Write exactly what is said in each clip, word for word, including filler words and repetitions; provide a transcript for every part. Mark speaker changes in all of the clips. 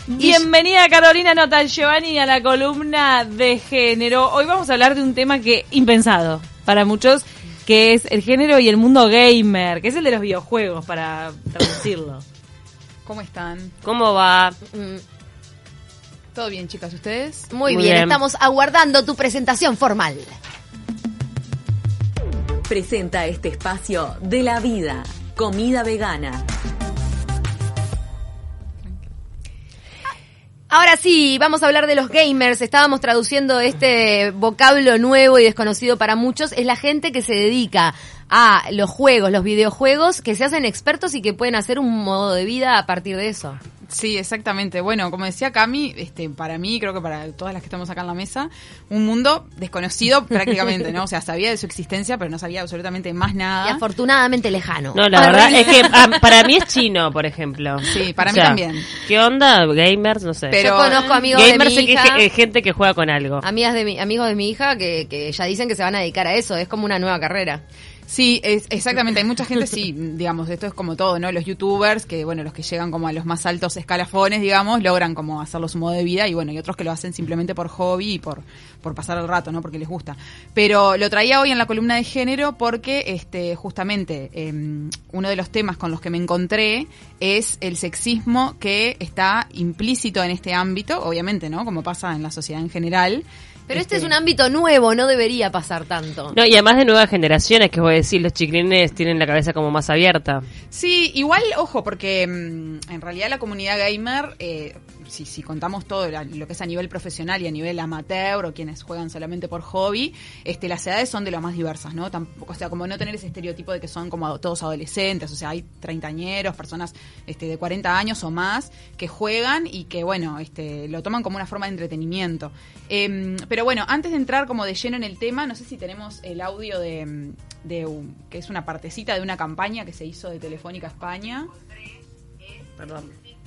Speaker 1: Bienvenida Carolina Notagiovanni a la columna de género. Hoy vamos a hablar de un tema que impensado para muchos, que es el género y el mundo gamer, que es el de los videojuegos, para traducirlo.
Speaker 2: ¿Cómo están?
Speaker 3: ¿Cómo va?
Speaker 2: Mm. ¿Todo bien, chicas? ¿Ustedes?
Speaker 4: Muy,
Speaker 3: Muy
Speaker 4: bien.
Speaker 3: bien,
Speaker 4: estamos aguardando tu presentación formal.
Speaker 5: Presenta este espacio de la vida, comida vegana.
Speaker 4: Ahora sí, vamos a hablar de los gamers. Estábamos traduciendo este vocablo nuevo y desconocido para muchos. Es la gente que se dedica a los juegos, los videojuegos, que se hacen expertos y que pueden hacer un modo de vida a partir de eso.
Speaker 2: Sí, exactamente. Bueno, como decía Cami, este, para mí, creo que para todas las que estamos acá en la mesa, un mundo desconocido prácticamente, ¿no? O sea, sabía de su existencia, pero no sabía absolutamente más nada.
Speaker 4: Y afortunadamente lejano.
Speaker 3: No, la verdad es que a, para mí es chino, por ejemplo.
Speaker 2: Sí, para
Speaker 3: O
Speaker 2: mí
Speaker 3: sea,
Speaker 2: también.
Speaker 3: ¿Qué onda? Gamers, no sé.
Speaker 2: Pero-
Speaker 4: Yo conozco amigos
Speaker 3: Gamers
Speaker 4: de mi
Speaker 3: es
Speaker 4: hija,
Speaker 3: que- es gente que juega con algo.
Speaker 4: amigas de mi, amigos de mi hija que, que ya dicen que se van a dedicar a eso. Es como una nueva carrera.
Speaker 2: Sí, es, exactamente. Hay mucha gente, sí, digamos, esto es como todo, ¿no? Los youtubers, que bueno, los que llegan como a los más altos escalafones, digamos, logran como hacerlo su modo de vida, y bueno, y otros que lo hacen simplemente por hobby y por, por pasar el rato, ¿no? Porque les gusta. Pero lo traía hoy en la columna de género porque, este, justamente, eh, uno de los temas con los que me encontré es el sexismo que está implícito en este ámbito, obviamente, ¿no? Como pasa en la sociedad en general.
Speaker 4: Pero este es un ámbito nuevo, no debería pasar tanto.
Speaker 3: No, y además de nuevas generaciones, que voy a decir, los chiquilines tienen la cabeza como más abierta.
Speaker 2: Sí, igual, ojo, porque mmm, en realidad la comunidad gamer, eh, si, si contamos todo la, lo que es a nivel profesional y a nivel amateur o quienes juegan solamente por hobby, este, las edades son de lo más diversas, ¿no? Tampoco, o sea, como no tener ese estereotipo de que son como todos adolescentes, o sea, hay treintañeros, personas este, de cuarenta años o más que juegan y que, bueno, este, lo toman como una forma de entretenimiento. Eh, pero bueno, antes de entrar como de lleno en el tema, no sé si tenemos el audio de, de un, que es una partecita de una campaña que se hizo de Telefónica España.
Speaker 3: Perdón.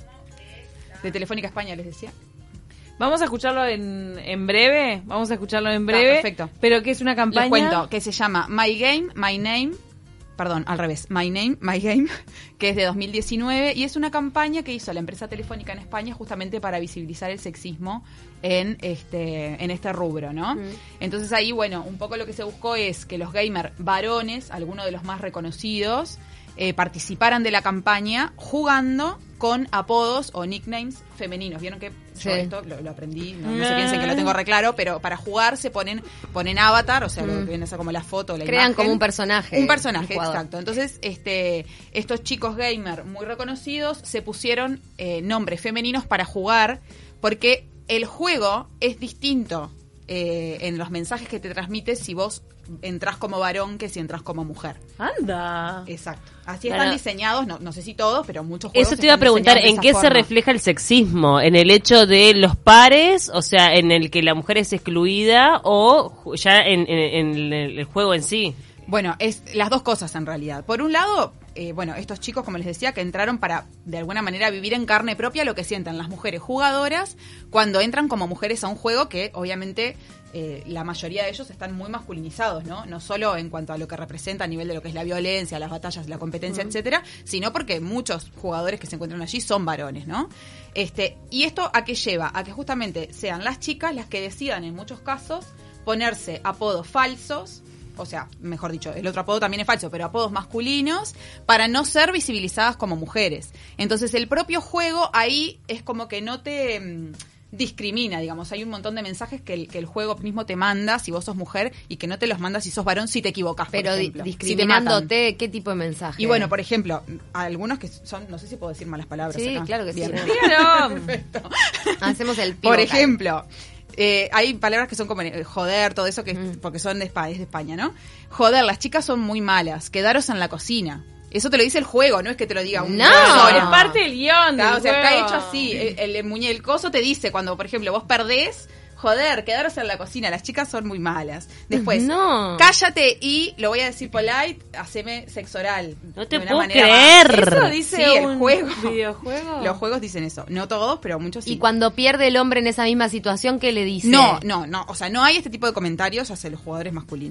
Speaker 2: De Telefónica España, les decía.
Speaker 1: Vamos a escucharlo en, en breve, vamos a escucharlo en
Speaker 2: Ah,
Speaker 1: breve.
Speaker 2: perfecto.
Speaker 1: Pero que es una campaña.
Speaker 2: Les cuento que se llama My Game, My Name, perdón, al revés, My Name, My Game, que es de dos mil diecinueve, y es una campaña que hizo la empresa Telefónica en España justamente para visibilizar el sexismo en este en este rubro, ¿no? Mm. Entonces ahí, bueno, un poco lo que se buscó es que los gamers varones, algunos de los más reconocidos, eh, participaran de la campaña jugando con apodos o nicknames femeninos. Vieron que yo
Speaker 4: Sí.
Speaker 2: esto lo, lo aprendí, no, no se piensen que lo tengo re claro, pero para jugar se ponen ponen avatar, o sea, mm. lo que viene a ser como la foto, la
Speaker 4: Crean
Speaker 2: imagen.
Speaker 4: como un personaje.
Speaker 2: Un personaje,
Speaker 4: un jugador.
Speaker 2: exacto. Entonces, este, estos chicos gamer muy reconocidos se pusieron eh, nombres femeninos para jugar, porque el juego es distinto eh, en los mensajes que te transmite si vos entras como varón que si entras como mujer.
Speaker 1: Anda.
Speaker 2: Exacto. Así
Speaker 3: Bueno,
Speaker 2: están diseñados, no, no sé si todos, pero muchos juegos.
Speaker 3: Eso te iba a
Speaker 2: están
Speaker 3: preguntar,
Speaker 2: diseñados de
Speaker 3: ¿en
Speaker 2: esa
Speaker 3: qué
Speaker 2: forma.
Speaker 3: se refleja el sexismo? ¿En el hecho de los pares, o sea, en el que la mujer es excluida, o ju- ya en, en- en el, el juego en sí?
Speaker 2: Bueno, es las dos cosas en realidad. Por un lado, eh, bueno, estos chicos, como les decía, que entraron para, de alguna manera, vivir en carne propia lo que sienten las mujeres jugadoras cuando entran como mujeres a un juego que, obviamente, eh, la mayoría de ellos están muy masculinizados, ¿no? No solo en cuanto a lo que representa a nivel de lo que es la violencia, las batallas, la competencia, uh-huh. etcétera, sino porque muchos jugadores que se encuentran allí son varones, ¿no? Este, ¿y esto a qué lleva? A que justamente sean las chicas las que decidan, en muchos casos, ponerse apodos falsos, o sea, mejor dicho, el otro apodo también es falso, pero apodos masculinos, para no ser visibilizadas como mujeres. Entonces, el propio juego ahí es como que no te mmm, discrimina, digamos. Hay un montón de mensajes que el, que el juego mismo te manda si vos sos mujer y que no te los manda si sos varón si te equivocás,
Speaker 4: pero
Speaker 2: por
Speaker 4: di-
Speaker 2: ejemplo.
Speaker 4: discriminándote,
Speaker 2: Si te
Speaker 4: ¿qué tipo de mensaje?
Speaker 2: y bueno, por ejemplo, algunos que son, no sé si puedo decir malas palabras
Speaker 4: Sí,
Speaker 2: acá.
Speaker 4: claro que sí.
Speaker 2: Bien.
Speaker 1: Claro.
Speaker 2: Perfecto.
Speaker 4: Hacemos el pivo
Speaker 2: Por
Speaker 4: acá.
Speaker 2: ejemplo, eh, hay palabras que son como eh, joder, todo eso, que
Speaker 4: Mm.
Speaker 2: porque son de España, es de España, ¿no? Joder, las chicas son muy malas, quedaros en la cocina. Eso te lo dice el juego, no es que te lo diga un
Speaker 4: No.
Speaker 2: profesor.
Speaker 1: Es parte del guión.
Speaker 2: Claro,
Speaker 1: del
Speaker 2: o sea, está
Speaker 1: juego.
Speaker 2: hecho así. El, el, el muñe- el coso te dice cuando, por ejemplo, vos perdés, joder, quedaros en la cocina, las chicas son muy malas. Después,
Speaker 4: No.
Speaker 2: cállate y, lo voy a decir polite, haceme sexo oral.
Speaker 3: No te
Speaker 2: de una
Speaker 3: puedo
Speaker 2: manera
Speaker 3: creer.
Speaker 1: Eso dice
Speaker 2: Sí, el
Speaker 1: un
Speaker 2: juego.
Speaker 1: videojuego.
Speaker 2: Los juegos dicen eso. No todos, pero muchos sí.
Speaker 4: Y cuando pierde el hombre en esa misma situación, ¿qué le dice?
Speaker 2: No, no, no. O sea, no hay este tipo de comentarios hacia los jugadores masculinos.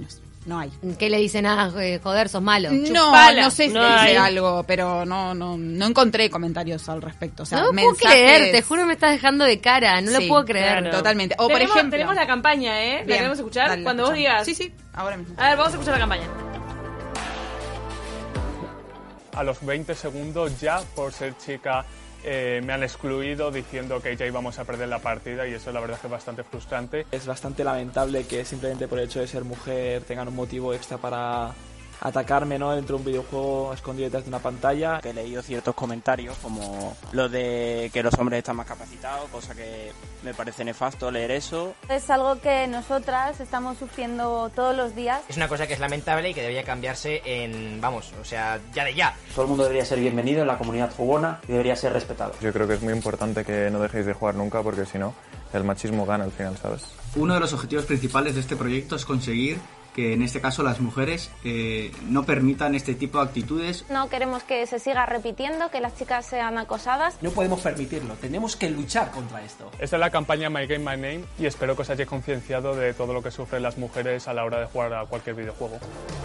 Speaker 2: no hay.
Speaker 4: ¿Qué le dicen? Ah, eh, joder, sos malo.
Speaker 2: No,
Speaker 1: Chupala.
Speaker 2: no sé si
Speaker 3: No
Speaker 2: dice
Speaker 3: hay.
Speaker 2: algo, pero no, no, no encontré comentarios al respecto. O sea,
Speaker 4: no lo puedo
Speaker 2: mensajes-
Speaker 4: creer, te juro me estás dejando de cara, no
Speaker 2: Sí,
Speaker 4: lo puedo creer.
Speaker 3: claro.
Speaker 2: Totalmente. O
Speaker 1: tenemos,
Speaker 2: por ejemplo,
Speaker 1: tenemos la campaña, ¿eh? ¿La
Speaker 2: Bien,
Speaker 1: queremos escuchar?
Speaker 2: dale, la
Speaker 1: Cuando vos
Speaker 2: escuchamos.
Speaker 1: digas.
Speaker 2: Sí, sí, ahora mismo.
Speaker 1: A ver, vamos a escuchar la campaña.
Speaker 6: A los veinte segundos ya, por ser chica, eh, me han excluido diciendo que ya íbamos a perder la partida y eso la verdad es que es bastante frustrante.
Speaker 7: Es bastante lamentable que simplemente por el hecho de ser mujer tengan un motivo extra para atacarme, ¿no? Dentro de un videojuego escondido detrás de una pantalla.
Speaker 8: He leído ciertos comentarios como lo de que los hombres están más capacitados, cosa que me parece nefasto leer eso.
Speaker 9: Es algo que nosotras estamos sufriendo todos los días.
Speaker 10: Es una cosa que es lamentable y que debería cambiarse en, vamos, o sea, ya de ya.
Speaker 11: Todo el mundo debería ser bienvenido en la comunidad jugona y debería ser respetado.
Speaker 6: Yo creo que es muy importante que no dejéis de jugar nunca porque si no, el machismo gana al final, ¿sabes?
Speaker 12: Uno de los objetivos principales de este proyecto es conseguir que en este caso las mujeres eh, no permitan este tipo de actitudes.
Speaker 9: No queremos que se siga repitiendo, que las chicas sean acosadas.
Speaker 11: No podemos permitirlo, tenemos que luchar contra esto.
Speaker 6: Esta es la campaña My Game My Name y espero que os hayáis concienciado de todo lo que sufren las mujeres a la hora de jugar a cualquier videojuego.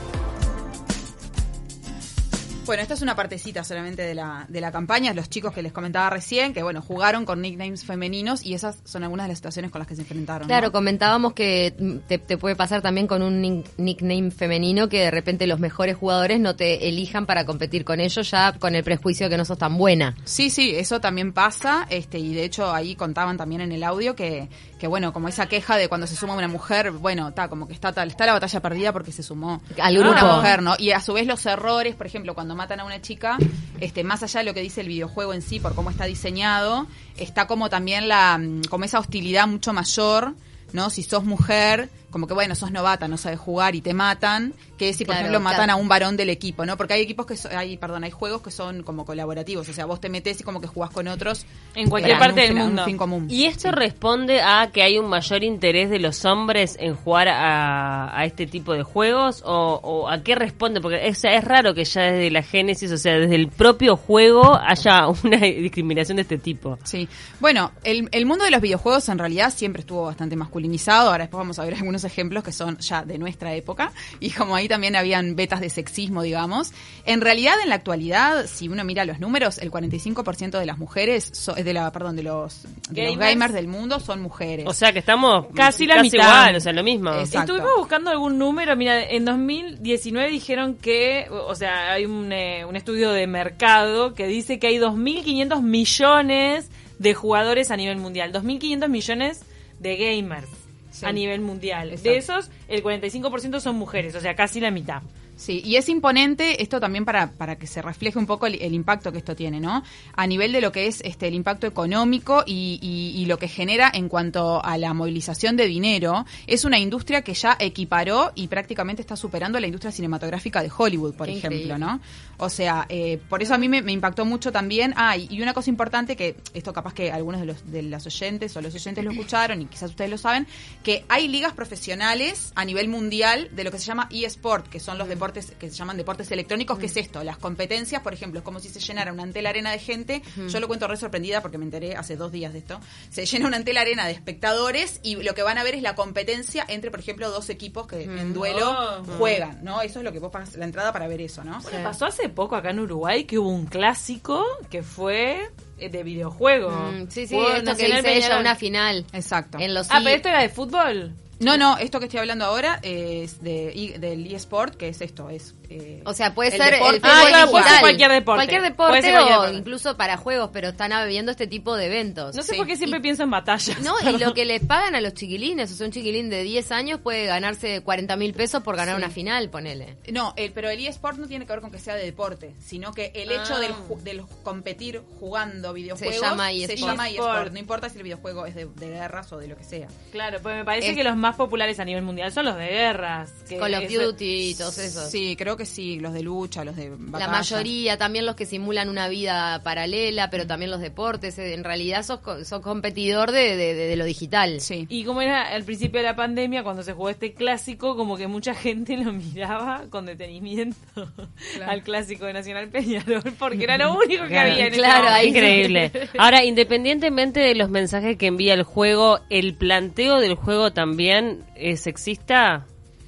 Speaker 2: Bueno, esta es una partecita solamente de la, de la campaña, los chicos que les comentaba recién, que bueno, jugaron con nicknames femeninos y esas son algunas de las situaciones con las que se enfrentaron.
Speaker 4: Claro,
Speaker 2: ¿no?
Speaker 4: comentábamos que te, te puede pasar también con un nick- nickname femenino que de repente los mejores jugadores no te elijan para competir con ellos ya con el prejuicio de que no sos tan buena.
Speaker 2: Sí, sí, eso también pasa, este, y de hecho ahí contaban también en el audio que, que bueno, como esa queja de cuando se suma una mujer, bueno, está como que está tal, está la batalla perdida porque se sumó
Speaker 4: Al
Speaker 2: una
Speaker 4: grupo.
Speaker 2: mujer, ¿no? Y a su vez los errores, por ejemplo, cuando matan a una chica, este, más allá de lo que dice el videojuego en sí, por cómo está diseñado, está como también la, mm, como esa hostilidad mucho mayor, ¿no? Si sos mujer, como que bueno, sos novata, no sabes jugar y te matan, que si por
Speaker 4: Claro,
Speaker 2: ejemplo matan
Speaker 4: claro.
Speaker 2: a un varón del equipo, ¿no? Porque hay equipos que so- hay, perdón, hay juegos que son como colaborativos, o sea, vos te metés y como que jugás con otros
Speaker 1: En cualquier
Speaker 2: eh,
Speaker 1: parte
Speaker 2: un
Speaker 1: del
Speaker 2: fin-
Speaker 1: mundo.
Speaker 2: un fin común.
Speaker 3: ¿Y esto responde a que hay un mayor interés de los hombres en jugar a, a este tipo de juegos? ¿O, o a qué responde? Porque es, es raro que ya desde la génesis, o sea, desde el propio juego, haya una discriminación de este tipo.
Speaker 2: Sí, bueno, el, el mundo de los videojuegos en realidad siempre estuvo bastante masculinizado, ahora después vamos a ver algunos ejemplos que son ya de nuestra época, y como ahí también habían vetas de sexismo, digamos. En realidad, en la actualidad, si uno mira los números, el cuarenta y cinco por ciento de las mujeres, so- de la perdón, de los, de los
Speaker 1: Gamers.
Speaker 2: gamers del mundo son mujeres.
Speaker 3: O sea, que estamos
Speaker 1: Casi la mitad.
Speaker 3: igual, o sea, lo mismo.
Speaker 2: Exacto.
Speaker 1: Estuvimos buscando algún número, mira, en dos mil diecinueve dijeron que, o sea, hay un, eh, un estudio de mercado que dice que hay dos mil quinientos millones de jugadores a nivel mundial, dos mil quinientos millones de gamers
Speaker 2: Sí.
Speaker 1: a nivel mundial.
Speaker 2: Exacto.
Speaker 1: De esos, el cuarenta y cinco por ciento son mujeres, o sea, casi la mitad.
Speaker 2: Sí, y es imponente esto también para, para que se refleje un poco el, el impacto que esto tiene, ¿no? A nivel de lo que es este el impacto económico y, y, y lo que genera en cuanto a la movilización de dinero, es una industria que ya equiparó y prácticamente está superando a la industria cinematográfica de Hollywood, por
Speaker 4: Qué
Speaker 2: ejemplo,
Speaker 4: increíble.
Speaker 2: ¿no? O sea, eh, por eso a mí me, me impactó mucho también. Ah, y, y una cosa importante que esto capaz que algunos de los de las oyentes o los oyentes lo escucharon y quizás ustedes lo saben, que hay ligas profesionales a nivel mundial de lo que se llama eSport, que son los deportes que se llaman deportes electrónicos. ¿Qué es esto? Las competencias, por ejemplo, es como si se llenara una entera arena de gente. Yo lo cuento re sorprendida porque me enteré hace dos días de esto. Se llena una entera arena de espectadores y lo que van a ver es la competencia entre, por ejemplo, dos equipos que en duelo
Speaker 1: Oh.
Speaker 2: juegan, ¿no? Eso es lo que vos pagas la entrada para ver eso, ¿no?
Speaker 1: Bueno, pasó hace poco acá en Uruguay que hubo un clásico que fue eh, de videojuego.
Speaker 4: Mm, sí, sí,
Speaker 1: Fue
Speaker 4: esto que
Speaker 1: Nacional
Speaker 4: dice ella,
Speaker 1: Peñarol.
Speaker 4: una final.
Speaker 2: Exacto.
Speaker 4: En los
Speaker 1: Ah,
Speaker 4: i-
Speaker 1: pero esto era de fútbol.
Speaker 2: No, no, esto que estoy hablando ahora es de i- del eSport, que es esto, es... eh,
Speaker 4: O sea, puede
Speaker 2: el
Speaker 4: ser
Speaker 2: deporte
Speaker 4: el fútbol
Speaker 1: Ah, claro, puede ser
Speaker 4: digital.
Speaker 1: cualquier deporte.
Speaker 4: Cualquier
Speaker 1: Puede
Speaker 4: deporte
Speaker 1: ser cualquier
Speaker 4: o
Speaker 1: deporte.
Speaker 4: incluso para juegos, pero están habiendo este tipo de eventos.
Speaker 1: No sé
Speaker 2: Sí.
Speaker 1: por qué siempre
Speaker 4: Y-
Speaker 1: pienso en batallas.
Speaker 4: No, y
Speaker 1: Perdón.
Speaker 4: lo que les pagan a los chiquilines, o sea, un chiquilín de diez años puede ganarse cuarenta mil pesos por ganar
Speaker 2: Sí.
Speaker 4: una final, ponele.
Speaker 2: No, el, pero el eSport no tiene que ver con que sea de deporte, sino que el hecho
Speaker 1: Ah.
Speaker 2: del, ju- del competir jugando videojuegos
Speaker 4: Se llama
Speaker 2: se
Speaker 4: eSport.
Speaker 2: llama
Speaker 1: eSport.
Speaker 2: eSport. No importa si el videojuego es de, de guerras o de lo que sea.
Speaker 1: Claro, pues me parece
Speaker 2: Es-
Speaker 1: que los más populares a nivel mundial son los de guerras. que
Speaker 4: Call of
Speaker 1: eso-
Speaker 4: Duty y todos esos.
Speaker 2: Sí, creo que sí, los de lucha, los de batalla.
Speaker 4: La mayoría, también los que simulan una vida paralela, pero también los deportes. eh, En realidad sos, co- sos competidor de, de, de- de lo digital.
Speaker 2: Sí.
Speaker 1: Y como era al principio de la pandemia, cuando se jugó este clásico, como que mucha gente lo miraba con detenimiento al clásico de Nacional Peñarol, porque era lo único que había en ese
Speaker 4: claro,
Speaker 1: momento.
Speaker 4: ahí
Speaker 3: Increíble. Ahora, independientemente de los mensajes que envía el juego, ¿el planteo del juego también es sexista?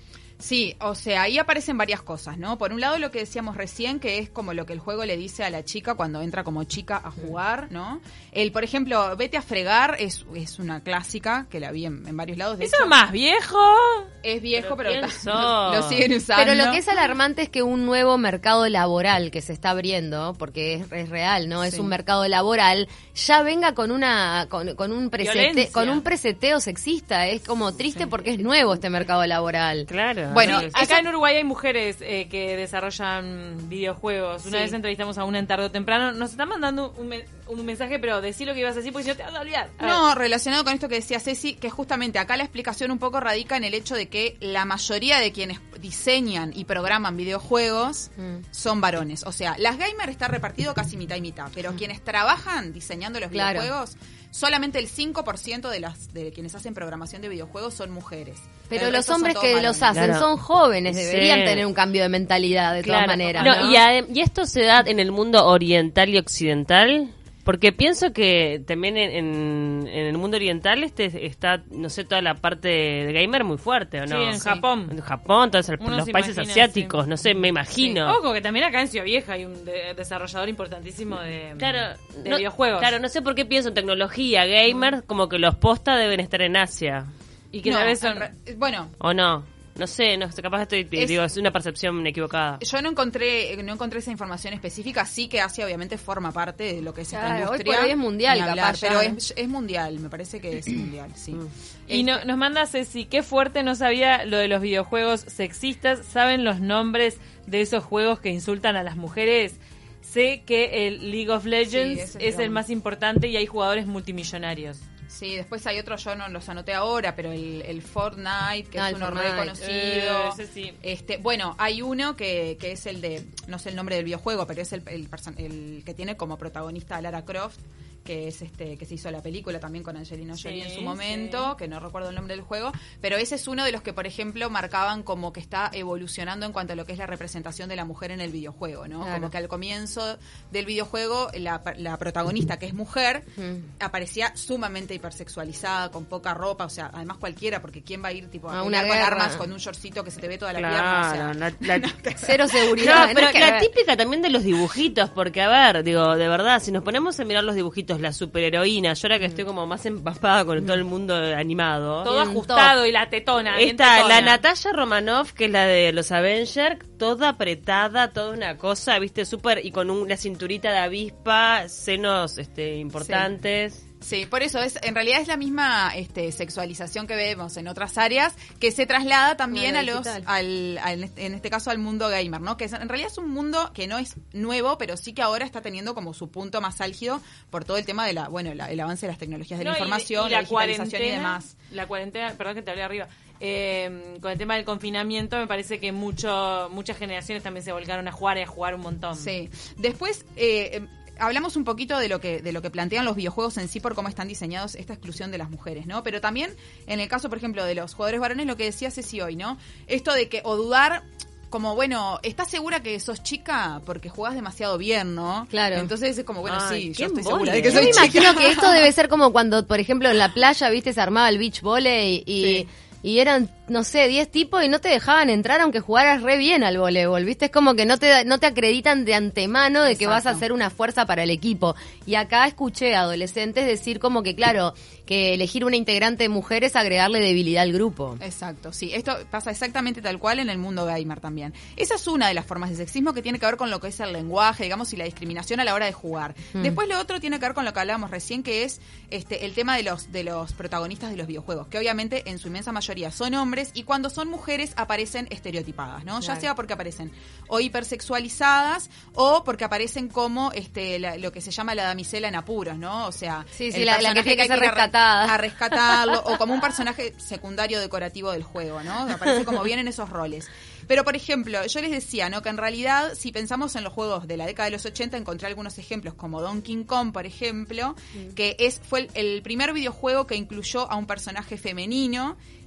Speaker 2: Sí, o sea, ahí aparecen varias cosas, ¿no? Por un lado lo que decíamos recién, que es como lo que el juego le dice a la chica cuando entra como chica a jugar, ¿no? El, por ejemplo, vete a fregar es, es una clásica, que la vi en, en varios lados. De
Speaker 1: ¿Eso
Speaker 2: hecho,
Speaker 1: es más viejo?
Speaker 2: Es viejo, pero,
Speaker 3: ¿quién
Speaker 2: pero
Speaker 3: sos?
Speaker 2: lo siguen usando.
Speaker 4: Pero lo que es alarmante es que un nuevo mercado laboral que se está abriendo, porque es, es real, ¿no? Es
Speaker 2: Sí.
Speaker 4: un mercado laboral, ya venga con una con, con un presete,
Speaker 1: Violencia.
Speaker 4: con un preseteo sexista. Es como triste porque es nuevo este mercado laboral.
Speaker 3: Claro.
Speaker 2: Bueno,
Speaker 1: Sí, acá en Uruguay hay mujeres eh, que desarrollan videojuegos. Una
Speaker 2: Sí.
Speaker 1: vez entrevistamos a una en tarde o temprano. Nos están mandando un, me- un mensaje, pero decí lo que ibas a decir porque si no te vas a olvidar. A ver.
Speaker 2: No, relacionado con esto que decía Ceci, que justamente acá la explicación un poco radica en el hecho de que la mayoría de quienes diseñan y programan videojuegos
Speaker 4: Mm.
Speaker 2: son varones. O sea, las gamers está repartido casi mitad y mitad, pero quienes trabajan diseñando los
Speaker 4: Claro.
Speaker 2: videojuegos, solamente el cinco por ciento de las de quienes hacen programación de videojuegos son mujeres.
Speaker 4: Pero
Speaker 2: El
Speaker 4: los
Speaker 2: resto son
Speaker 4: hombres
Speaker 2: todos
Speaker 4: que
Speaker 2: varones.
Speaker 4: los hacen
Speaker 3: Claro.
Speaker 4: son jóvenes, deberían
Speaker 3: Sí.
Speaker 4: tener un cambio de mentalidad de todas
Speaker 3: Claro.
Speaker 4: maneras.
Speaker 3: No,
Speaker 4: ¿no?
Speaker 3: Y, adem- y esto se da en el mundo oriental y occidental. Porque pienso que también en, en, en el mundo oriental este está, no sé, toda la parte de gamer muy fuerte, ¿o no?
Speaker 1: Sí, en Japón.
Speaker 3: En Japón, todos el-
Speaker 1: Uno
Speaker 3: los
Speaker 1: se
Speaker 3: países
Speaker 1: imagina,
Speaker 3: asiáticos,
Speaker 1: sí.
Speaker 3: no sé, me imagino.
Speaker 1: Ojo, que también acá en Ciudad Vieja hay un de- desarrollador importantísimo de,
Speaker 3: Claro,
Speaker 1: de
Speaker 3: no-
Speaker 1: videojuegos.
Speaker 3: Claro, no sé por qué pienso en tecnología, gamer, como que los posta deben estar en Asia.
Speaker 1: Y que
Speaker 2: No,
Speaker 1: tal vez son...
Speaker 2: en re- bueno,
Speaker 3: ¿O no? No sé, no sé, capaz estoy,
Speaker 2: Es-
Speaker 3: digo, es una percepción equivocada.
Speaker 2: yo no encontré no encontré esa información específica. Sí que Asia obviamente forma parte de lo que es esta
Speaker 4: Claro, hoy
Speaker 2: industria.
Speaker 4: por hoy es mundial,
Speaker 2: Ni hablar,
Speaker 4: capaz, ya.
Speaker 2: pero es, es mundial, me parece que es mundial, sí.
Speaker 1: Y no-
Speaker 2: Este-
Speaker 1: nos manda Ceci, qué fuerte, no sabía lo de los videojuegos sexistas. ¿Saben los nombres de esos juegos que insultan a las mujeres? Sé que el League of Legends
Speaker 2: Sí, ese es
Speaker 1: es el
Speaker 2: bravo.
Speaker 1: más importante y hay jugadores multimillonarios.
Speaker 2: Sí, después hay otros, yo no los anoté ahora, pero el, el Fortnite, que
Speaker 4: Ah,
Speaker 2: es
Speaker 4: el
Speaker 2: uno
Speaker 4: Fortnite.
Speaker 2: reconocido.
Speaker 1: Eh, ese sí.
Speaker 2: Este, bueno, hay uno que, que es el de, no sé el nombre del videojuego, pero es el, el, person- el que tiene como protagonista a Lara Croft, que es este que se hizo la película también con Angelina Jolie
Speaker 1: Sí,
Speaker 2: en su momento,
Speaker 1: sí.
Speaker 2: que no recuerdo el nombre del juego, pero ese es uno de los que, por ejemplo, marcaban como que está evolucionando en cuanto a lo que es la representación de la mujer en el videojuego, ¿no?
Speaker 4: Claro.
Speaker 2: Como que al comienzo del videojuego la, la protagonista, que es mujer,
Speaker 4: Mm.
Speaker 2: aparecía sumamente hipersexualizada, con poca ropa, o sea, además cualquiera, porque quién va a ir tipo a,
Speaker 4: A
Speaker 2: pelear
Speaker 4: una
Speaker 2: con
Speaker 4: guerra.
Speaker 2: armas con un shortcito que se te ve toda la
Speaker 3: Claro,
Speaker 2: pierna, o sea,
Speaker 3: la- la-
Speaker 4: Cero seguridad.
Speaker 3: No, pero
Speaker 4: ¿no? Que-
Speaker 3: la típica también de los dibujitos, porque a ver, digo, de verdad, si nos ponemos a mirar los dibujitos, la superheroína, yo ahora que estoy como más empapada con todo el mundo animado.
Speaker 1: Todo
Speaker 4: Bien,
Speaker 1: ajustado y la tetona. bien
Speaker 3: Está
Speaker 1: tetona.
Speaker 3: la Natalia Romanoff, que es la de los Avengers, toda apretada, toda una cosa, viste, súper, y con una cinturita de avispa, senos este importantes.
Speaker 2: sí, por eso es, en realidad es la misma este, sexualización que vemos en otras áreas, que se traslada también
Speaker 4: A
Speaker 2: a
Speaker 4: lo
Speaker 2: los,
Speaker 4: digital.
Speaker 2: al, al- en este caso al mundo gamer, ¿no? Que es- en realidad es un mundo que no es nuevo, pero sí que ahora está teniendo como su punto más álgido por todo el tema de la, bueno, la- el avance de las tecnologías de
Speaker 1: No,
Speaker 2: la
Speaker 1: y-
Speaker 2: información,
Speaker 1: y
Speaker 2: la,
Speaker 1: la
Speaker 2: digitalización y
Speaker 1: cuarentena,
Speaker 2: demás.
Speaker 1: La cuarentena, perdón que te hablé arriba. Eh, con el tema del confinamiento me parece que mucho, muchas generaciones también se volcaron a jugar y a jugar un montón.
Speaker 2: Sí. Después eh, eh, hablamos un poquito de lo que de lo que plantean los videojuegos en sí por cómo están diseñados esta exclusión de las mujeres, ¿no? Pero también en el caso, por ejemplo, de los jugadores varones, lo que decía Ceci hoy, ¿no? Esto de que o dudar como, bueno, ¿estás segura que sos chica? Porque jugás demasiado bien, ¿no?
Speaker 4: Claro.
Speaker 2: Entonces es como, bueno,
Speaker 3: Ay,
Speaker 2: sí,
Speaker 3: qué
Speaker 2: yo estoy
Speaker 3: embole.
Speaker 2: segura de que
Speaker 4: Yo
Speaker 2: soy
Speaker 4: me
Speaker 2: chica.
Speaker 4: imagino que esto debe ser como cuando, por ejemplo, en la playa, viste, se armaba el beach volley y,
Speaker 2: Sí.
Speaker 4: y eran, no sé, diez tipos y no te dejaban entrar aunque jugaras re bien al voleibol, viste, es como que no te no te acreditan de antemano de que vas a
Speaker 2: Exacto.
Speaker 4: ser una fuerza para el equipo. Y acá escuché a adolescentes decir como que, claro, que elegir una integrante mujer es agregarle debilidad al grupo.
Speaker 2: Exacto, sí. Esto pasa exactamente tal cual en el mundo gamer también. Esa es una de las formas de sexismo que tiene que ver con lo que es el lenguaje, digamos, y la discriminación a la hora de jugar.
Speaker 4: Mm.
Speaker 2: Después lo otro tiene que ver con lo que hablábamos recién, que es este el tema de los de los protagonistas de los videojuegos, que obviamente en su inmensa mayoría son hombres y cuando son mujeres aparecen estereotipadas, ¿no? Ya
Speaker 4: Claro.
Speaker 2: sea porque aparecen o hipersexualizadas o porque aparecen como este la- lo que se llama la damisela en apuros, ¿no? O sea,
Speaker 4: Sí, sí,
Speaker 2: el
Speaker 4: la- la que
Speaker 2: personaje
Speaker 4: tiene que
Speaker 2: hay
Speaker 4: ser
Speaker 2: ir a re-
Speaker 4: rescatada.
Speaker 2: a rescatarlo o como un personaje secundario decorativo del juego, ¿no? Aparece como bien en esos roles. Pero, por ejemplo, yo les decía, ¿no? Que en realidad, si pensamos en los juegos de la década de los ochenta, encontré algunos ejemplos como Donkey Kong, por ejemplo, que es fue el, el primer videojuego que incluyó a un personaje femenino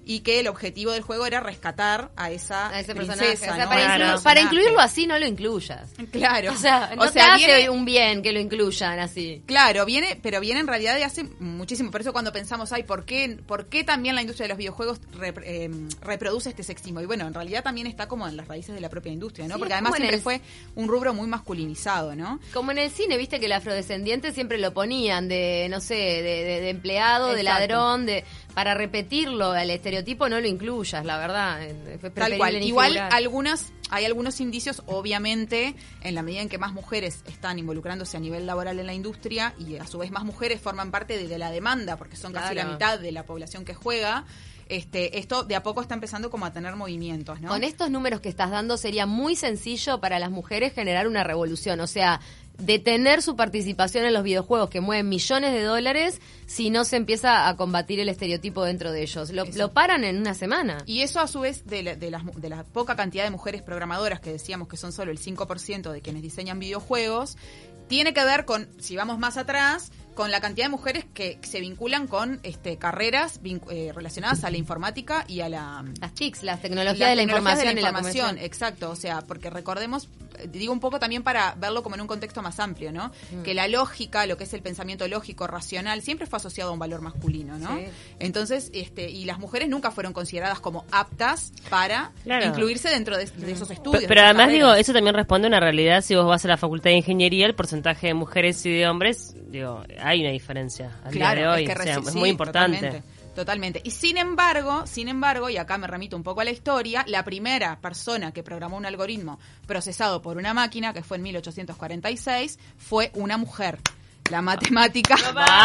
Speaker 2: y que el objetivo del juego era rescatar a esa
Speaker 4: a ese
Speaker 2: princesa,
Speaker 4: personaje. O sea,
Speaker 2: ¿no?
Speaker 4: para,
Speaker 2: A ese
Speaker 4: inclu-
Speaker 2: personaje.
Speaker 4: para incluirlo así no lo incluyas.
Speaker 2: Claro.
Speaker 4: O sea, no
Speaker 2: O
Speaker 4: te
Speaker 2: sea,
Speaker 4: hace
Speaker 2: viene-
Speaker 4: un bien que lo incluyan así.
Speaker 2: Claro, viene, pero viene en realidad de hace muchísimo. Por eso cuando pensamos, ay, ¿por qué, por qué también la industria de los videojuegos rep- eh, reproduce este sexismo? Y bueno, en realidad también está como en las raíces de la propia industria, ¿no?
Speaker 4: Sí,
Speaker 2: Porque
Speaker 4: es
Speaker 2: además
Speaker 4: como en
Speaker 2: siempre
Speaker 4: el-
Speaker 2: fue un rubro muy masculinizado, ¿no?
Speaker 4: Como en el cine, viste que el afrodescendiente siempre lo ponían de, no sé, de, de- de empleado, de
Speaker 2: Exacto.
Speaker 4: ladrón, de para repetirlo, al estereotipo no lo incluyas, la verdad. Es
Speaker 2: Tal
Speaker 4: preferible
Speaker 2: cual.
Speaker 4: ni
Speaker 2: Igual
Speaker 4: figurar.
Speaker 2: algunas, hay algunos indicios, obviamente, en la medida en que más mujeres están involucrándose a nivel laboral en la industria y a su vez más mujeres forman parte de, de la demanda, porque son casi
Speaker 4: Claro.
Speaker 2: la mitad de la población que juega. Este, esto de a poco está empezando como a tener movimientos, ¿no?
Speaker 4: Con estos números que estás dando sería muy sencillo para las mujeres generar una revolución, o sea, detener su participación en los videojuegos que mueven millones de dólares si no se empieza a combatir el estereotipo dentro de ellos. Lo, lo paran en una semana.
Speaker 2: Y eso a su vez de la, de, las, de la poca cantidad de mujeres programadoras, que decíamos que son solo el cinco por ciento de quienes diseñan videojuegos, tiene que ver con, si vamos más atrás, con la cantidad de mujeres que se vinculan con este carreras vincu- eh, relacionadas a la informática y a la...
Speaker 4: Las T I Cs, las tecnologías
Speaker 2: las
Speaker 4: de la
Speaker 2: tecnologías
Speaker 4: información
Speaker 2: de
Speaker 4: y
Speaker 2: la
Speaker 4: la
Speaker 2: información,
Speaker 4: comunicación.
Speaker 2: exacto, o sea, porque recordemos, eh, digo un poco también para verlo como en un contexto más amplio, ¿no?
Speaker 4: Mm.
Speaker 2: Que la lógica, lo que es el pensamiento lógico, racional, siempre fue asociado a un valor masculino, ¿no?
Speaker 4: Sí.
Speaker 2: Entonces, este, y las mujeres nunca fueron consideradas como aptas para
Speaker 3: Claro.
Speaker 2: incluirse dentro de, de esos estudios.
Speaker 3: Pero, pero
Speaker 2: de esas
Speaker 3: además digo,
Speaker 2: carreras.
Speaker 3: eso también responde a una realidad. Si vos vas a la facultad de ingeniería, el porcentaje de mujeres y de hombres, digo, hay una diferencia al
Speaker 2: Claro,
Speaker 3: día de hoy.
Speaker 2: es que
Speaker 3: O sea,
Speaker 2: reci-
Speaker 3: es
Speaker 2: sí,
Speaker 3: muy importante.
Speaker 2: Totalmente, totalmente. Y sin embargo, sin embargo, y acá me remito un poco a la historia, la primera persona que programó un algoritmo procesado por una máquina, que fue en mil ochocientos cuarenta y seis, fue una mujer. La matemática.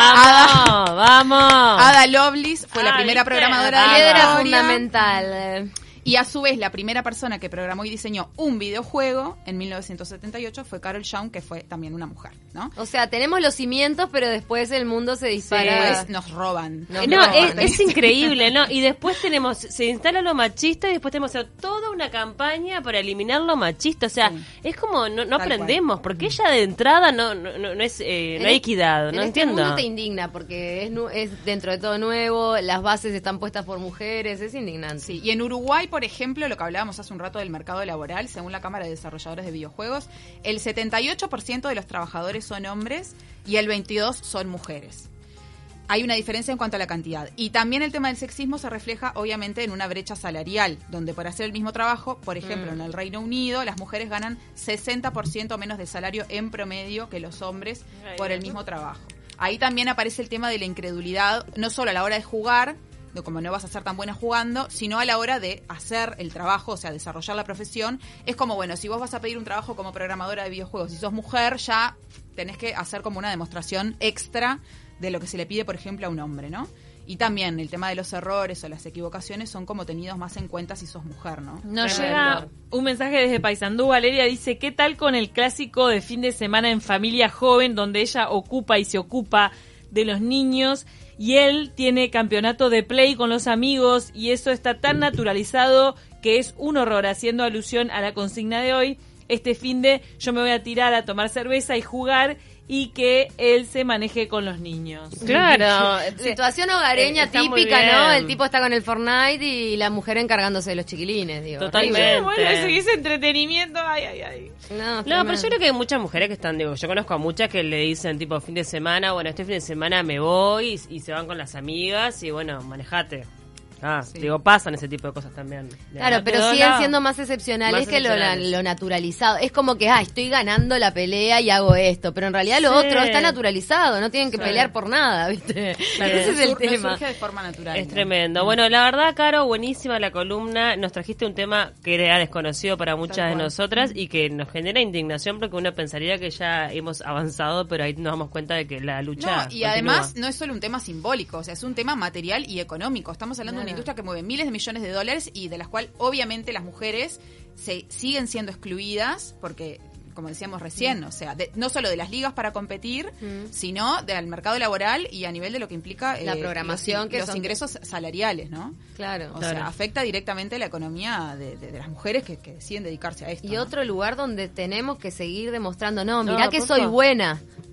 Speaker 3: ¡Vamos! ¡Vamos!
Speaker 2: Ada Lovelace fue la
Speaker 3: Ah,
Speaker 2: primera
Speaker 3: ¿viste?
Speaker 2: programadora de la
Speaker 4: Piedra
Speaker 2: historia.
Speaker 4: fundamental.
Speaker 2: Y a su vez, la primera persona que programó y diseñó un videojuego en mil novecientos setenta y ocho fue Carol Young, que fue también una mujer, ¿no?
Speaker 4: O sea, tenemos los cimientos, pero después el mundo se dispara.
Speaker 2: Después nos roban.
Speaker 4: Nos
Speaker 3: No,
Speaker 4: roban.
Speaker 3: es, es increíble, ¿no? Y después tenemos, se instala lo machista y después tenemos toda una campaña para eliminar lo machista. O sea,
Speaker 2: Sí.
Speaker 3: es como, no, no
Speaker 2: Tal
Speaker 3: aprendemos, porque ya de entrada no no, no, no es eh, no
Speaker 4: En
Speaker 3: hay
Speaker 4: es-
Speaker 3: equidad,
Speaker 4: en
Speaker 3: no
Speaker 4: este
Speaker 3: entiendo.
Speaker 4: mundo te indigna porque es, nu- es dentro de todo nuevo, las bases están puestas por mujeres, es indignante.
Speaker 2: Sí, y en Uruguay, por ejemplo, lo que hablábamos hace un rato del mercado laboral, según la Cámara de Desarrolladores de Videojuegos, el setenta y ocho por ciento de los trabajadores son hombres y el veintidós por ciento son mujeres. Hay una diferencia en cuanto a la cantidad. Y también el tema del sexismo se refleja, obviamente, en una brecha salarial, donde por hacer el mismo trabajo, por ejemplo,
Speaker 4: Mm.
Speaker 2: en el Reino Unido, las mujeres ganan sesenta por ciento menos de salario en promedio que los hombres por el mismo trabajo. Ahí también aparece el tema de la incredulidad, no solo a la hora de jugar, de como no vas a ser tan buena jugando, sino a la hora de hacer el trabajo, o sea, desarrollar la profesión. Es como, bueno, si vos vas a pedir un trabajo como programadora de videojuegos y sos mujer, ya tenés que hacer como una demostración extra de lo que se le pide, por ejemplo, a un hombre, ¿no? Y también el tema de los errores o las equivocaciones son como tenidos más en cuenta si sos mujer, ¿no?
Speaker 1: Nos
Speaker 3: Tremendo.
Speaker 1: llega un mensaje desde Paysandú. Valeria dice, ¿qué tal con el clásico de fin de semana en familia joven donde ella ocupa y se ocupa de los niños y él tiene campeonato de play con los amigos y eso está tan naturalizado que es un horror, haciendo alusión a la consigna de hoy? Este fin de yo me voy a tirar a tomar cerveza y jugar y que él se maneje con los niños.
Speaker 3: Claro.
Speaker 4: Situación hogareña
Speaker 3: Eh, está muy
Speaker 4: típica, ¿no?
Speaker 3: bien.
Speaker 4: El tipo está con el Fortnite y la mujer encargándose de los chiquilines, digo.
Speaker 3: Totalmente.
Speaker 1: Bueno, ese, ese entretenimiento, ay, ay, ay.
Speaker 4: No,
Speaker 3: No,
Speaker 4: tremendo.
Speaker 3: pero yo creo que hay muchas mujeres que están, digo, yo conozco a muchas que le dicen tipo fin de semana, bueno, este fin de semana me voy y, y se van con las amigas y bueno, manejate. Ah,
Speaker 2: Sí.
Speaker 3: digo, pasan ese tipo de cosas también.
Speaker 4: Claro,
Speaker 3: De
Speaker 4: pero
Speaker 3: todos
Speaker 4: siguen
Speaker 3: lados.
Speaker 4: siendo más excepcionales
Speaker 3: Más
Speaker 4: que lo,
Speaker 3: excepcionales.
Speaker 4: lo naturalizado. Es como que, ah, estoy ganando la pelea y hago esto, pero en realidad lo
Speaker 3: Sí.
Speaker 4: otro está naturalizado, no tienen que
Speaker 3: Sí.
Speaker 4: pelear por nada, ¿viste?
Speaker 3: Claro.
Speaker 4: Ese es el
Speaker 2: Sur- no
Speaker 4: tema.
Speaker 2: surge de forma natural.
Speaker 3: Es
Speaker 2: ¿no?
Speaker 3: tremendo. Bueno, la verdad, Caro, buenísima la columna. Nos trajiste un tema que era desconocido para muchas
Speaker 2: Tal
Speaker 3: de
Speaker 2: cual.
Speaker 3: nosotras y que nos genera indignación porque uno pensaría que ya hemos avanzado, pero ahí nos damos cuenta de que la lucha
Speaker 2: No, y
Speaker 3: continúa.
Speaker 2: además no es solo un tema simbólico, o sea, es un tema material y económico. Estamos hablando de una
Speaker 4: Claro.
Speaker 2: industria que mueve miles de millones de dólares y de las cuales obviamente las mujeres se siguen siendo excluidas porque, como decíamos recién, o sea, de- no solo de las ligas para competir,
Speaker 4: Mm.
Speaker 2: sino del mercado laboral y a nivel de lo que implica
Speaker 4: La
Speaker 2: eh,
Speaker 4: programación,
Speaker 2: los,
Speaker 4: que
Speaker 2: los
Speaker 4: son-
Speaker 2: ingresos salariales, ¿no?
Speaker 4: Claro.
Speaker 2: O
Speaker 3: Claro.
Speaker 2: sea, afecta directamente la economía de, de- de las mujeres que, que deciden dedicarse a esto.
Speaker 4: Y
Speaker 2: ¿no?
Speaker 4: otro lugar donde tenemos que seguir demostrando, no,
Speaker 3: No,
Speaker 4: mirá que
Speaker 3: por
Speaker 4: soy
Speaker 3: favor.
Speaker 4: buena.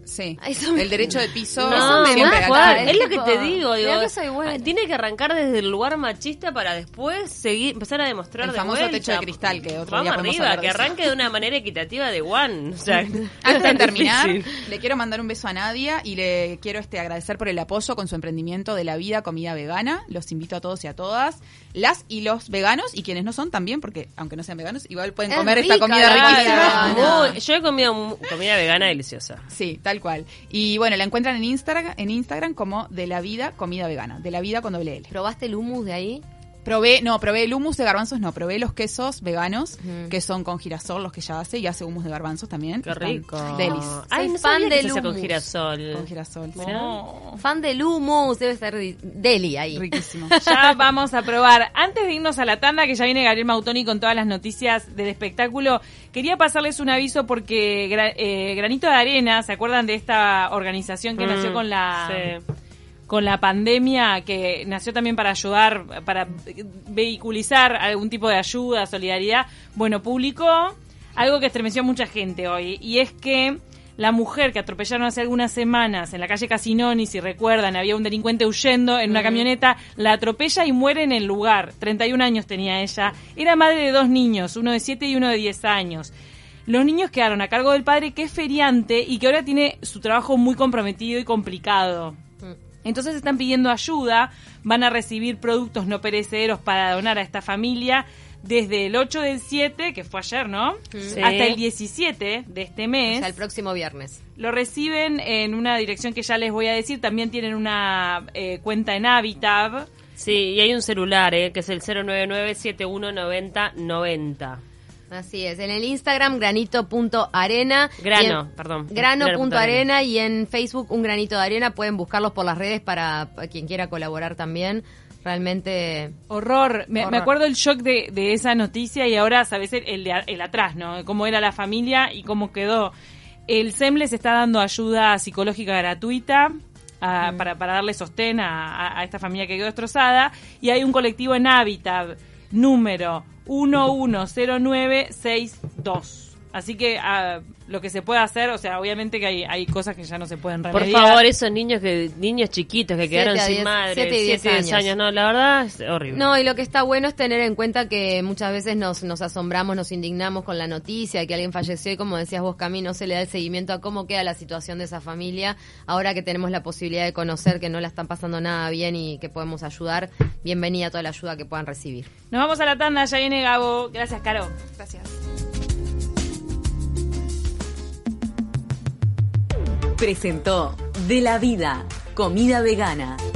Speaker 2: Sí,
Speaker 4: Eso me-
Speaker 2: el derecho de piso
Speaker 3: No,
Speaker 4: me
Speaker 2: siempre
Speaker 4: mata,
Speaker 2: gana.
Speaker 3: es, lo
Speaker 4: tipo,
Speaker 3: que te digo,
Speaker 4: mirá
Speaker 3: digo,
Speaker 4: que soy buena.
Speaker 3: tiene que arrancar desde el lugar machista para después seguir, empezar a demostrar
Speaker 2: El
Speaker 3: de
Speaker 2: famoso
Speaker 3: vuelta.
Speaker 2: techo de cristal que otro
Speaker 3: Vamos
Speaker 2: día podemos
Speaker 3: arriba,
Speaker 2: hablar de
Speaker 3: que
Speaker 2: eso.
Speaker 3: arranque de una manera equitativa de One. O sea,
Speaker 2: Antes de
Speaker 3: tan
Speaker 2: terminar,
Speaker 3: difícil.
Speaker 2: le quiero mandar un beso a Nadia y le quiero este agradecer por el apoyo con su emprendimiento de la vida comida vegana. Los invito a todos y a todas, las y los veganos y quienes no son también, porque aunque no sean veganos, igual pueden
Speaker 4: Es
Speaker 2: comer esta
Speaker 4: rica
Speaker 2: comida
Speaker 4: la
Speaker 2: riquísima.
Speaker 4: vegana.
Speaker 3: Muy- yo he comido mu- comida vegana deliciosa.
Speaker 2: Sí, tal cual. Y bueno, la encuentran en Instagram, en Instagram como de la vida comida vegana, de la vida con doble L.
Speaker 4: ¿Probaste el hummus de ahí?
Speaker 2: Probé, no, probé el hummus de garbanzos, no, probé los quesos veganos,
Speaker 4: Ujú.
Speaker 2: que son con girasol, los que ella hace, y hace hummus de garbanzos también.
Speaker 3: Qué
Speaker 2: Están
Speaker 3: rico.
Speaker 2: Delis.
Speaker 3: Ay,
Speaker 4: Soy
Speaker 3: no
Speaker 4: fan
Speaker 3: sabía que
Speaker 4: del
Speaker 3: se hacía con
Speaker 4: hummus.
Speaker 3: girasol.
Speaker 2: Con girasol. sí.
Speaker 3: No.
Speaker 4: Fan del hummus, debe estar di- deli ahí.
Speaker 2: Riquísimo.
Speaker 1: Ya vamos a probar. Antes de irnos a la tanda, que ya viene Gabriel Mautoni con todas las noticias del espectáculo, quería pasarles un aviso porque Gra- eh, Granito de Arena, ¿se acuerdan de esta organización que
Speaker 3: Mm,
Speaker 1: nació con la...
Speaker 3: sí.
Speaker 1: con la pandemia, que nació también para ayudar, para vehiculizar algún tipo de ayuda, solidaridad? Bueno, publicó algo que estremeció a mucha gente hoy, y es que la mujer que atropellaron hace algunas semanas en la calle Casinoni, si recuerdan, había un delincuente huyendo en una camioneta, la atropella y muere en el lugar. treinta y un años tenía ella. Era madre de dos niños, uno de siete y uno de diez años. Los niños quedaron a cargo del padre, que es feriante y que ahora tiene su trabajo muy comprometido y complicado. Entonces están pidiendo ayuda, van a recibir productos no perecederos para donar a esta familia desde el ocho del siete, que fue ayer, ¿no?
Speaker 3: Sí.
Speaker 1: Hasta el diecisiete de este mes.
Speaker 4: O sea, el próximo viernes.
Speaker 1: Lo reciben en una dirección que ya les voy a decir. También tienen una eh, cuenta en Habitab.
Speaker 3: Sí, y hay un celular, eh, que es el cero nueve nueve siete uno nueve cero nueve cero.
Speaker 4: Así es, en el Instagram granito punto arena.
Speaker 3: Grano,
Speaker 4: y en-
Speaker 3: perdón.
Speaker 4: Grano punto
Speaker 3: punto
Speaker 4: arena y en Facebook un granito de arena. Pueden buscarlos por las redes para, para quien quiera colaborar también. Realmente...
Speaker 1: Horror. Me,
Speaker 4: Horror.
Speaker 1: me acuerdo el shock de, de esa noticia y ahora, sabes, el, el, de a- el atrás, ¿no? Cómo era la familia y cómo quedó. El S E M les está dando ayuda psicológica gratuita a- para, para darle sostén a, a- a esta familia que quedó destrozada. Y hay un colectivo en Habitat, número uno uno cero nueve seis dos. Así que ah, lo que se puede hacer, o sea, obviamente que hay, hay cosas que ya no se pueden
Speaker 3: Por
Speaker 1: remediar.
Speaker 3: favor, esos niños que niños chiquitos que
Speaker 4: Siete
Speaker 3: quedaron
Speaker 4: a
Speaker 3: sin
Speaker 4: diez,
Speaker 3: madre,
Speaker 4: siete y diez
Speaker 3: siete, diez
Speaker 4: años.
Speaker 3: años, no, la verdad es horrible.
Speaker 4: No, y lo que está bueno es tener en cuenta que muchas veces nos, nos asombramos, nos indignamos con la noticia de que alguien falleció y, como decías vos, Cami, no se le da el seguimiento a cómo queda la situación de esa familia. Ahora que tenemos la posibilidad de conocer que no la están pasando nada bien y que podemos ayudar, bienvenida a toda la ayuda que puedan recibir.
Speaker 1: Nos vamos a la tanda, ya viene Gabo. Gracias, Caro.
Speaker 2: Gracias.
Speaker 5: Presentó De la Vida, comida vegana.